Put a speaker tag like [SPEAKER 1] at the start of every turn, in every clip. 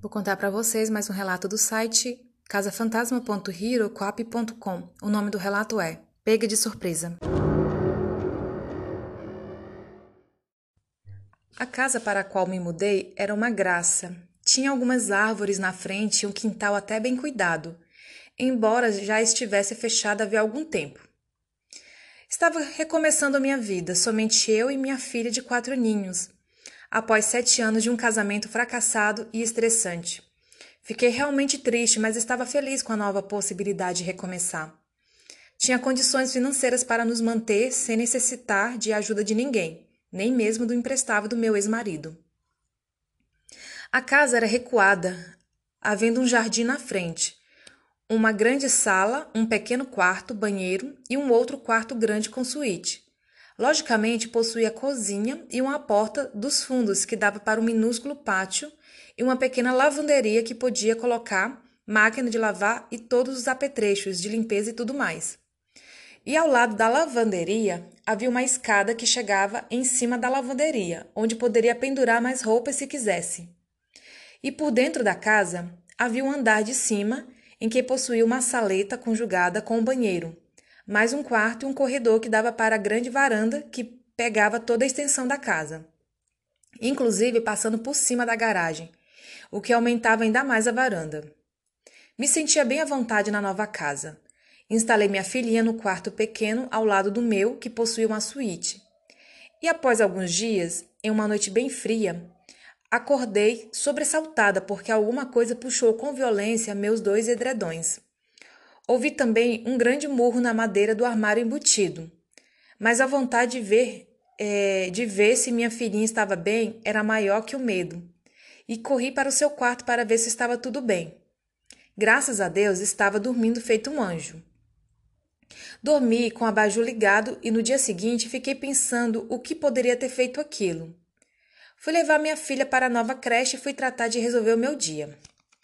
[SPEAKER 1] Vou contar para vocês mais um relato do site casafantasma.heroquap.com. O nome do relato é Pega de Surpresa. A casa para a qual me mudei era uma graça. Tinha algumas árvores na frente e um quintal até bem cuidado, embora já estivesse fechado havia algum tempo. Estava recomeçando a minha vida, somente eu e minha filha de 4 aninhos, após 7 anos de um casamento fracassado e estressante. Fiquei realmente triste, mas estava feliz com a nova possibilidade de recomeçar. Tinha condições financeiras para nos manter sem necessitar de ajuda de ninguém, nem mesmo do emprestável do meu ex-marido. A casa era recuada, havendo um jardim na frente, uma grande sala, um pequeno quarto, banheiro e um outro quarto grande com suíte. Logicamente, possuía cozinha e uma porta dos fundos que dava para um minúsculo pátio e uma pequena lavanderia que podia colocar máquina de lavar e todos os apetrechos de limpeza e tudo mais. E ao lado da lavanderia havia uma escada que chegava em cima da lavanderia, onde poderia pendurar mais roupas se quisesse. E por dentro da casa havia um andar de cima em que possuía uma saleta conjugada com um banheiro, mais um quarto e um corredor que dava para a grande varanda que pegava toda a extensão da casa, inclusive passando por cima da garagem, o que aumentava ainda mais a varanda. Me sentia bem à vontade na nova casa. Instalei minha filhinha no quarto pequeno ao lado do meu, que possuía uma suíte. E após alguns dias, em uma noite bem fria, acordei sobressaltada porque alguma coisa puxou com violência meus 2 edredões. Ouvi também um grande murro na madeira do armário embutido, mas a vontade de ver se minha filhinha estava bem era maior que o medo, e corri para o seu quarto para ver se estava tudo bem. Graças a Deus, estava dormindo feito um anjo. Dormi com o abajur ligado e no dia seguinte fiquei pensando o que poderia ter feito aquilo. Fui levar minha filha para a nova creche e fui tratar de resolver o meu dia.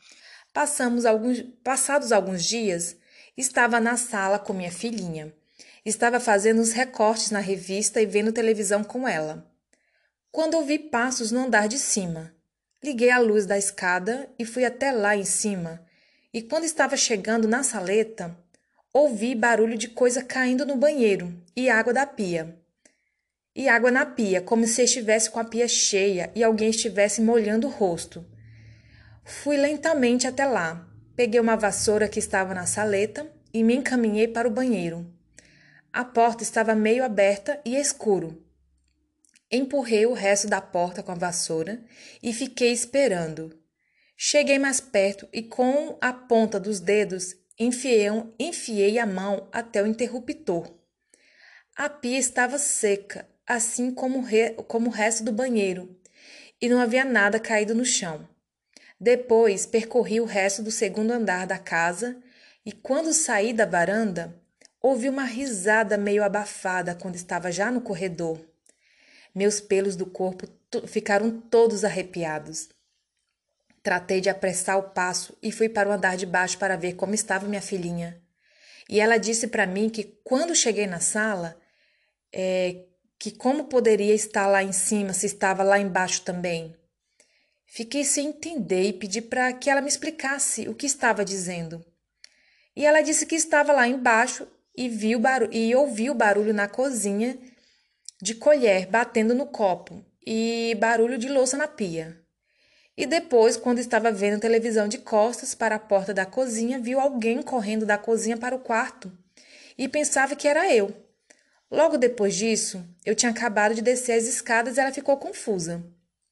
[SPEAKER 1] Passados alguns dias, estava na sala com minha filhinha. Estava fazendo uns recortes na revista e vendo televisão com ela, quando ouvi passos no andar de cima. Liguei a luz da escada e fui até lá em cima, e quando estava chegando na saleta, ouvi barulho de coisa caindo no banheiro e água da pia. E água na pia, como se estivesse com a pia cheia e alguém estivesse molhando o rosto. Fui lentamente até lá, peguei uma vassoura que estava na saleta e me encaminhei para o banheiro. A porta estava meio aberta e escuro. Empurrei o resto da porta com a vassoura e fiquei esperando. Cheguei mais perto e com a ponta dos dedos enfiei a mão até o interruptor. A pia estava seca, assim como o resto do banheiro, e não havia nada caído no chão. Depois percorri o resto do segundo andar da casa e, quando saí da varanda, ouvi uma risada meio abafada quando estava já no corredor. Meus pelos do corpo ficaram todos arrepiados. Tratei de apressar o passo e fui para o andar de baixo para ver como estava minha filhinha. E ela disse para mim que, quando cheguei na sala, que como poderia estar lá em cima se estava lá embaixo também. Fiquei sem entender e pedi para que ela me explicasse o que estava dizendo. E ela disse que estava lá embaixo e ouviu o barulho na cozinha de colher batendo no copo e barulho de louça na pia. E depois, quando estava vendo televisão de costas para a porta da cozinha, viu alguém correndo da cozinha para o quarto e pensava que era eu. Logo depois disso, eu tinha acabado de descer as escadas e ela ficou confusa.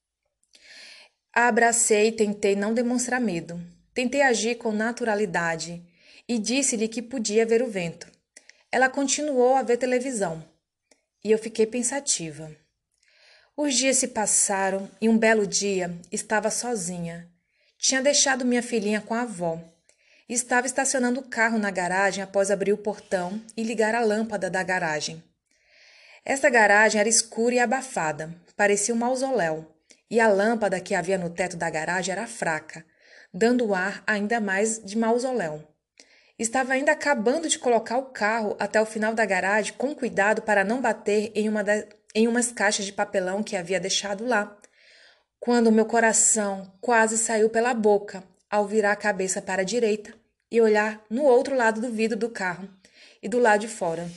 [SPEAKER 1] A abracei e tentei não demonstrar medo. Tentei agir com naturalidade e disse-lhe que podia ver o vento. Ela continuou a ver televisão e eu fiquei pensativa. Os dias se passaram e um belo dia estava sozinha. Tinha deixado minha filhinha com a avó. Estava estacionando o carro na garagem após abrir o portão e ligar a lâmpada da garagem. Esta garagem era escura e abafada, parecia um mausoléu, e a lâmpada que havia no teto da garagem era fraca, dando ar ainda mais de mausoléu. Estava ainda acabando de colocar o carro até o final da garagem com cuidado para não bater em umas caixas de papelão que havia deixado lá, quando meu coração quase saiu pela boca ao virar a cabeça para a direita e olhar no outro lado do vidro do carro e do lado de fora.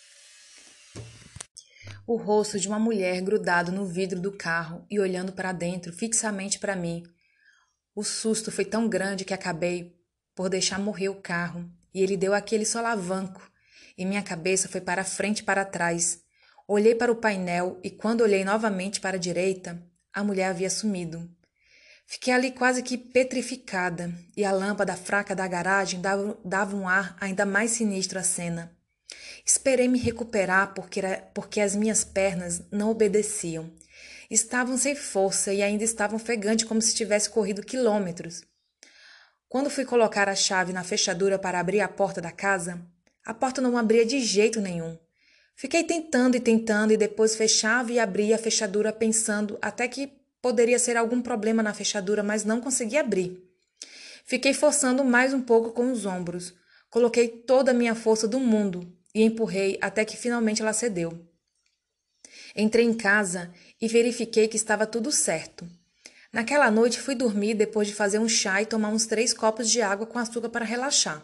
[SPEAKER 1] O rosto de uma mulher grudado no vidro do carro e olhando para dentro fixamente para mim. O susto foi tão grande que acabei por deixar morrer o carro e ele deu aquele solavanco e minha cabeça foi para frente e para trás. Olhei para o painel e quando olhei novamente para a direita, a mulher havia sumido. Fiquei ali quase que petrificada e a lâmpada fraca da garagem dava um ar ainda mais sinistro à cena. Esperei me recuperar porque as minhas pernas não obedeciam. Estavam sem força e ainda estavam ofegante como se tivesse corrido quilômetros. Quando fui colocar a chave na fechadura para abrir a porta da casa, a porta não abria de jeito nenhum. Fiquei tentando e depois fechava e abria a fechadura pensando até que poderia ser algum problema na fechadura, mas não conseguia abrir. Fiquei forçando mais um pouco com os ombros. Coloquei toda a minha força do mundo e empurrei até que finalmente ela cedeu. Entrei em casa e verifiquei que estava tudo certo. Naquela noite fui dormir depois de fazer um chá e tomar uns 3 copos de água com açúcar para relaxar.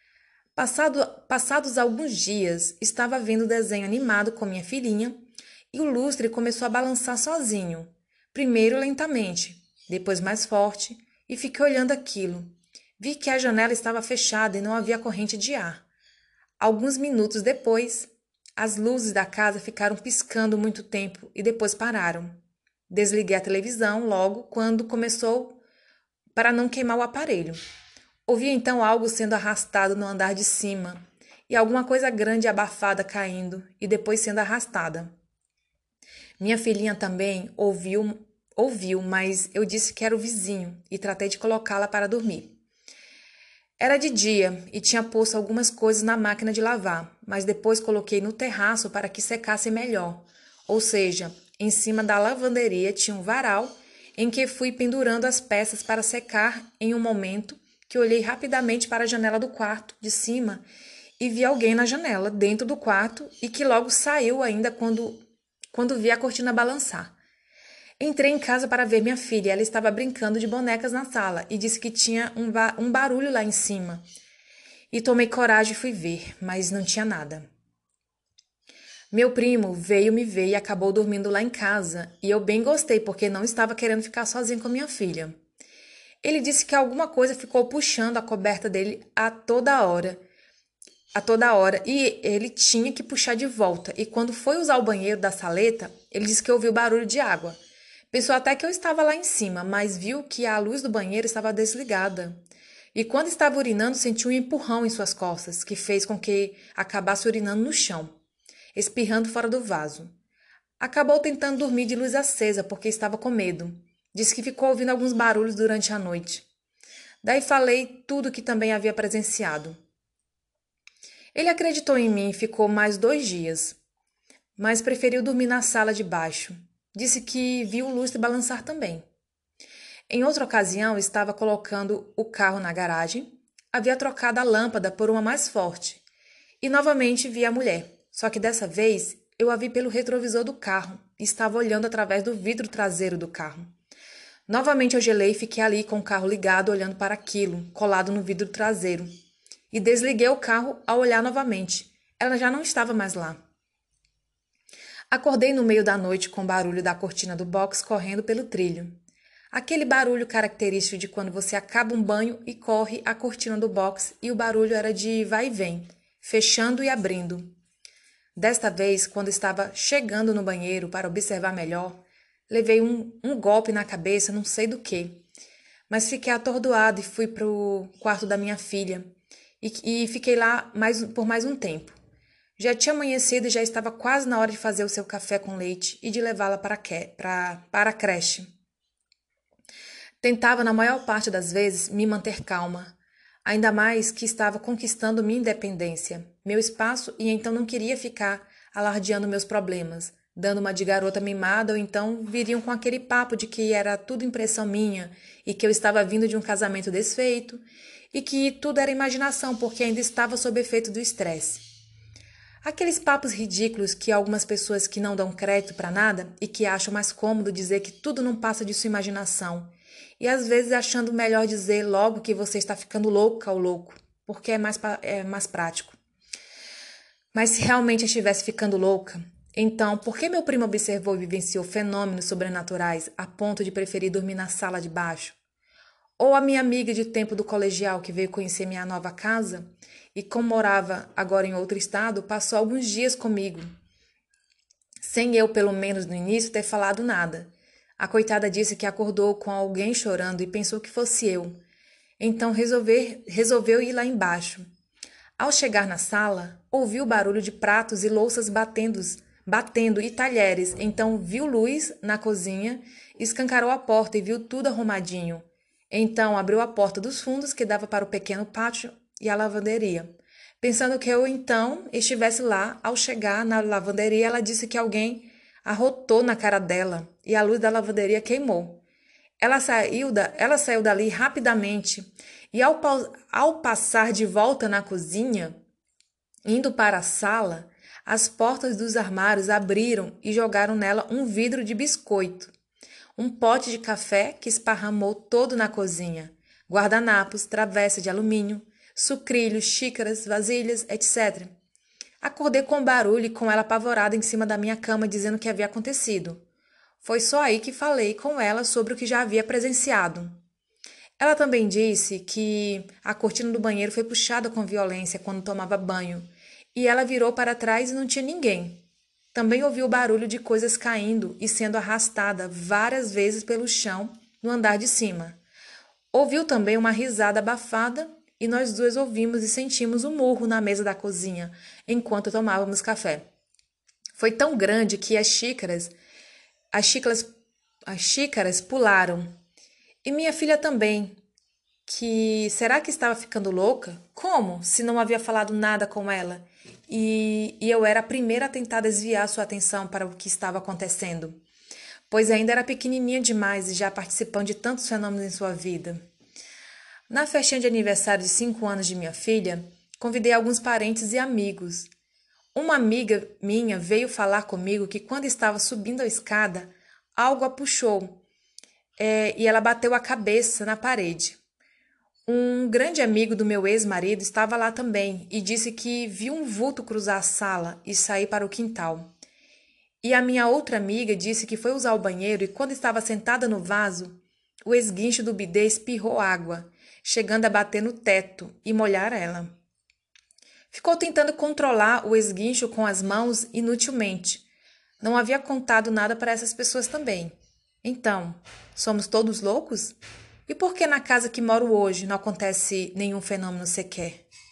[SPEAKER 1] Passados alguns dias, estava vendo o desenho animado com minha filhinha e o lustre começou a balançar sozinho, primeiro lentamente, depois mais forte, e fiquei olhando aquilo. Vi que a janela estava fechada e não havia corrente de ar. Alguns minutos depois, as luzes da casa ficaram piscando muito tempo e depois pararam. Desliguei a televisão logo quando começou para não queimar o aparelho. Ouvi então algo sendo arrastado no andar de cima e alguma coisa grande e abafada caindo e depois sendo arrastada. Minha filhinha também ouviu, mas eu disse que era o vizinho e tratei de colocá-la para dormir. Era de dia e tinha posto algumas coisas na máquina de lavar, mas depois coloquei no terraço para que secasse melhor. Ou seja, em cima da lavanderia tinha um varal em que fui pendurando as peças para secar em um momento que olhei rapidamente para a janela do quarto de cima e vi alguém na janela dentro do quarto e que logo saiu ainda quando vi a cortina balançar. Entrei em casa para ver minha filha. Ela estava brincando de bonecas na sala e disse que tinha um barulho lá em cima. E tomei coragem e fui ver, mas não tinha nada. Meu primo veio me ver e acabou dormindo lá em casa, e eu bem gostei porque não estava querendo ficar sozinha com minha filha. Ele disse que alguma coisa ficou puxando a coberta dele a toda hora, e ele tinha que puxar de volta. E quando foi usar o banheiro da saleta, ele disse que ouviu barulho de água. Pensou até que eu estava lá em cima, mas viu que a luz do banheiro estava desligada. E quando estava urinando, sentiu um empurrão em suas costas, que fez com que acabasse urinando no chão, espirrando fora do vaso. Acabou tentando dormir de luz acesa, porque estava com medo. Disse que ficou ouvindo alguns barulhos durante a noite. Daí falei tudo o que também havia presenciado. Ele acreditou em mim e ficou mais 2 dias, mas preferiu dormir na sala de baixo. Disse que viu o lustre balançar também. Em outra ocasião, estava colocando o carro na garagem, havia trocado a lâmpada por uma mais forte e novamente vi a mulher, só que dessa vez eu a vi pelo retrovisor do carro e estava olhando através do vidro traseiro do carro. Novamente eu gelei e fiquei ali com o carro ligado olhando para aquilo, colado no vidro traseiro. E desliguei o carro ao olhar novamente. Ela já não estava mais lá. Acordei no meio da noite com o barulho da cortina do box correndo pelo trilho. Aquele barulho característico de quando você acaba um banho e corre a cortina do box, e o barulho era de vai e vem, fechando e abrindo. Desta vez, quando estava chegando no banheiro para observar melhor, levei um golpe na cabeça, não sei do que. Mas fiquei atordoado e fui para o quarto da minha filha e fiquei lá por mais um tempo. Já tinha amanhecido e já estava quase na hora de fazer o seu café com leite e de levá-la para a creche. Tentava, na maior parte das vezes, me manter calma, ainda mais que estava conquistando minha independência, meu espaço, e então não queria ficar alardeando meus problemas, dando uma de garota mimada, ou então viriam com aquele papo de que era tudo impressão minha e que eu estava vindo de um casamento desfeito e que tudo era imaginação porque ainda estava sob efeito do estresse. Aqueles papos ridículos que algumas pessoas que não dão crédito para nada e que acham mais cômodo dizer que tudo não passa de sua imaginação. E às vezes achando melhor dizer logo que você está ficando louca ou louco, porque é mais prático. Mas se realmente estivesse ficando louca, então por que meu primo observou e vivenciou fenômenos sobrenaturais a ponto de preferir dormir na sala de baixo? Ou a minha amiga de tempo do colegial que veio conhecer minha nova casa e, como morava agora em outro estado, passou alguns dias comigo, sem eu, pelo menos no início, ter falado nada. A coitada disse que acordou com alguém chorando e pensou que fosse eu. Então resolveu ir lá embaixo. Ao chegar na sala, ouviu o barulho de pratos e louças batendo e talheres. Então viu luz na cozinha, escancarou a porta e viu tudo arrumadinho. Então abriu a porta dos fundos que dava para o pequeno pátio e a lavanderia. Pensando que eu então estivesse lá, ao chegar na lavanderia, ela disse que alguém arrotou na cara dela e a luz da lavanderia queimou. Ela saiu dali rapidamente e, ao passar de volta na cozinha, indo para a sala, as portas dos armários abriram e jogaram nela um vidro de biscoito, um pote de café que esparramou todo na cozinha, guardanapos, travessa de alumínio, sucrilhos, xícaras, vasilhas, etc. Acordei com barulho e com ela apavorada em cima da minha cama dizendo o que havia acontecido. Foi só aí que falei com ela sobre o que já havia presenciado. Ela também disse que a cortina do banheiro foi puxada com violência quando tomava banho, e ela virou para trás e não tinha ninguém. Também ouviu o barulho de coisas caindo e sendo arrastada várias vezes pelo chão no andar de cima. Ouviu também uma risada abafada e nós duas ouvimos e sentimos um murro na mesa da cozinha enquanto tomávamos café. Foi tão grande que as xícaras pularam. E minha filha também, que será que estava ficando louca? Como, se não havia falado nada com ela? E eu era a primeira a tentar desviar sua atenção para o que estava acontecendo, pois ainda era pequenininha demais e já participando de tantos fenômenos em sua vida. Na festinha de aniversário de 5 anos de minha filha, convidei alguns parentes e amigos. Uma amiga minha veio falar comigo que quando estava subindo a escada, algo a puxou, e ela bateu a cabeça na parede. Um grande amigo do meu ex-marido estava lá também e disse que viu um vulto cruzar a sala e sair para o quintal. E a minha outra amiga disse que foi usar o banheiro e quando estava sentada no vaso, o esguincho do bidê espirrou água, chegando a bater no teto e molhar ela. Ficou tentando controlar o esguincho com as mãos inutilmente. Não havia contado nada para essas pessoas também. Então, somos todos loucos? E por que na casa que moro hoje não acontece nenhum fenômeno sequer?